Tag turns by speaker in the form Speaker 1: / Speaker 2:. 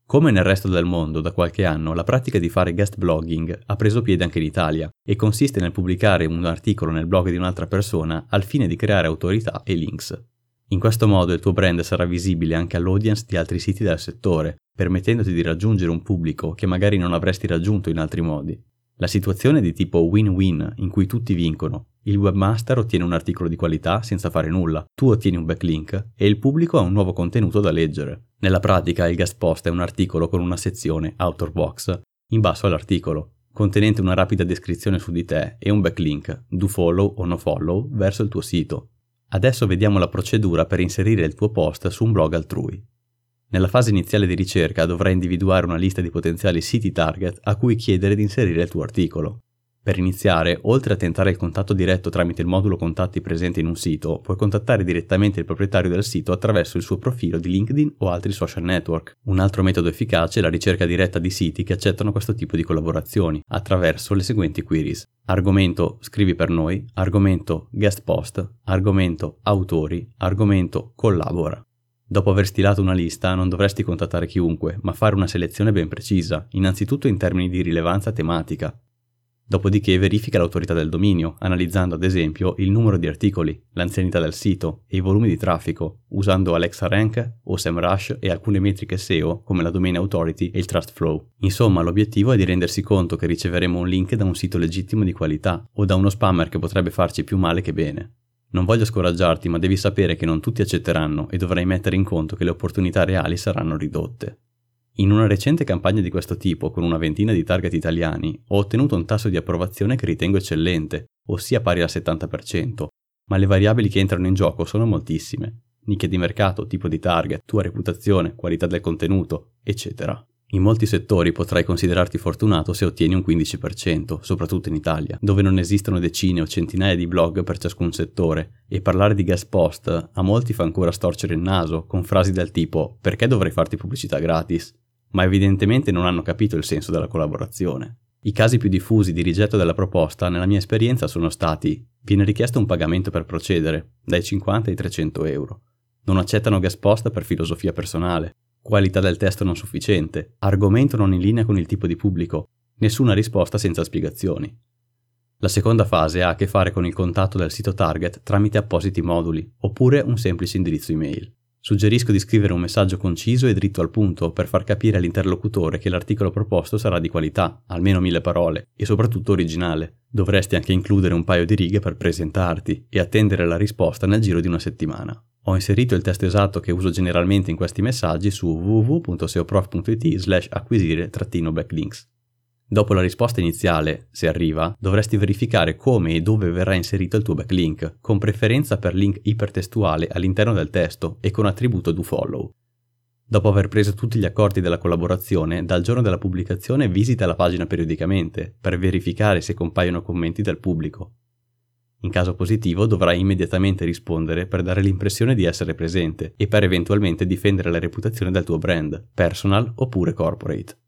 Speaker 1: Come nel resto del mondo, da qualche anno la pratica di fare guest blogging ha preso piede anche in Italia e consiste nel pubblicare un articolo nel blog di un'altra persona al fine di creare autorità e links. In questo modo il tuo brand sarà visibile anche all'audience di altri siti del settore, permettendoti di raggiungere un pubblico che magari non avresti raggiunto in altri modi. La situazione è di tipo win-win, in cui tutti vincono. Il webmaster ottiene un articolo di qualità senza fare nulla, tu ottieni un backlink e il pubblico ha un nuovo contenuto da leggere. Nella pratica il guest post è un articolo con una sezione Author Box in basso all'articolo, contenente una rapida descrizione su di te e un backlink, do follow o no follow, verso il tuo sito. Adesso vediamo la procedura per inserire il tuo post su un blog altrui. Nella fase iniziale di ricerca dovrai individuare una lista di potenziali siti target a cui chiedere di inserire il tuo articolo. Per iniziare, oltre a tentare il contatto diretto tramite il modulo contatti presente in un sito, puoi contattare direttamente il proprietario del sito attraverso il suo profilo di LinkedIn o altri social network. Un altro metodo efficace è la ricerca diretta di siti che accettano questo tipo di collaborazioni, attraverso le seguenti queries. Argomento scrivi per noi, argomento guest post, argomento autori, argomento collabora. Dopo aver stilato una lista non dovresti contattare chiunque, ma fare una selezione ben precisa, innanzitutto in termini di rilevanza tematica. Dopodiché verifica l'autorità del dominio, analizzando ad esempio il numero di articoli, l'anzianità del sito e i volumi di traffico, usando Alexa Rank o SEMrush e alcune metriche SEO come la Domain Authority e il Trust Flow. Insomma, l'obiettivo è di rendersi conto che riceveremo un link da un sito legittimo di qualità o da uno spammer che potrebbe farci più male che bene. Non voglio scoraggiarti, ma devi sapere che non tutti accetteranno e dovrai mettere in conto che le opportunità reali saranno ridotte. In una recente campagna di questo tipo, con una ventina di target italiani, ho ottenuto un tasso di approvazione che ritengo eccellente, ossia pari al 70%, ma le variabili che entrano in gioco sono moltissime. Nicchia di mercato, tipo di target, tua reputazione, qualità del contenuto, eccetera. In molti settori potrai considerarti fortunato se ottieni un 15%, soprattutto in Italia, dove non esistono decine o centinaia di blog per ciascun settore, e parlare di guest post a molti fa ancora storcere il naso, con frasi del tipo «perché dovrei farti pubblicità gratis?», ma evidentemente non hanno capito il senso della collaborazione. I casi più diffusi di rigetto della proposta nella mia esperienza sono stati: viene richiesto un pagamento per procedere, dai 50 ai 300 euro. Non accettano guest post per filosofia personale. Qualità del testo non sufficiente. Argomento non in linea con il tipo di pubblico. Nessuna risposta senza spiegazioni. La seconda fase ha a che fare con il contatto del sito target tramite appositi moduli, oppure un semplice indirizzo email. Suggerisco di scrivere un messaggio conciso e dritto al punto per far capire all'interlocutore che l'articolo proposto sarà di qualità, almeno 1000 parole, e soprattutto originale. Dovresti anche includere un paio di righe per presentarti e attendere la risposta nel giro di una settimana. Ho inserito il testo esatto che uso generalmente in questi messaggi su www.seoprof.it/acquisire-backlinks. Dopo la risposta iniziale, se arriva, dovresti verificare come e dove verrà inserito il tuo backlink, con preferenza per link ipertestuale all'interno del testo e con attributo dofollow. Dopo aver preso tutti gli accordi della collaborazione, dal giorno della pubblicazione visita la pagina periodicamente per verificare se compaiono commenti del pubblico. In caso positivo dovrai immediatamente rispondere per dare l'impressione di essere presente e per eventualmente difendere la reputazione del tuo brand, personal oppure corporate.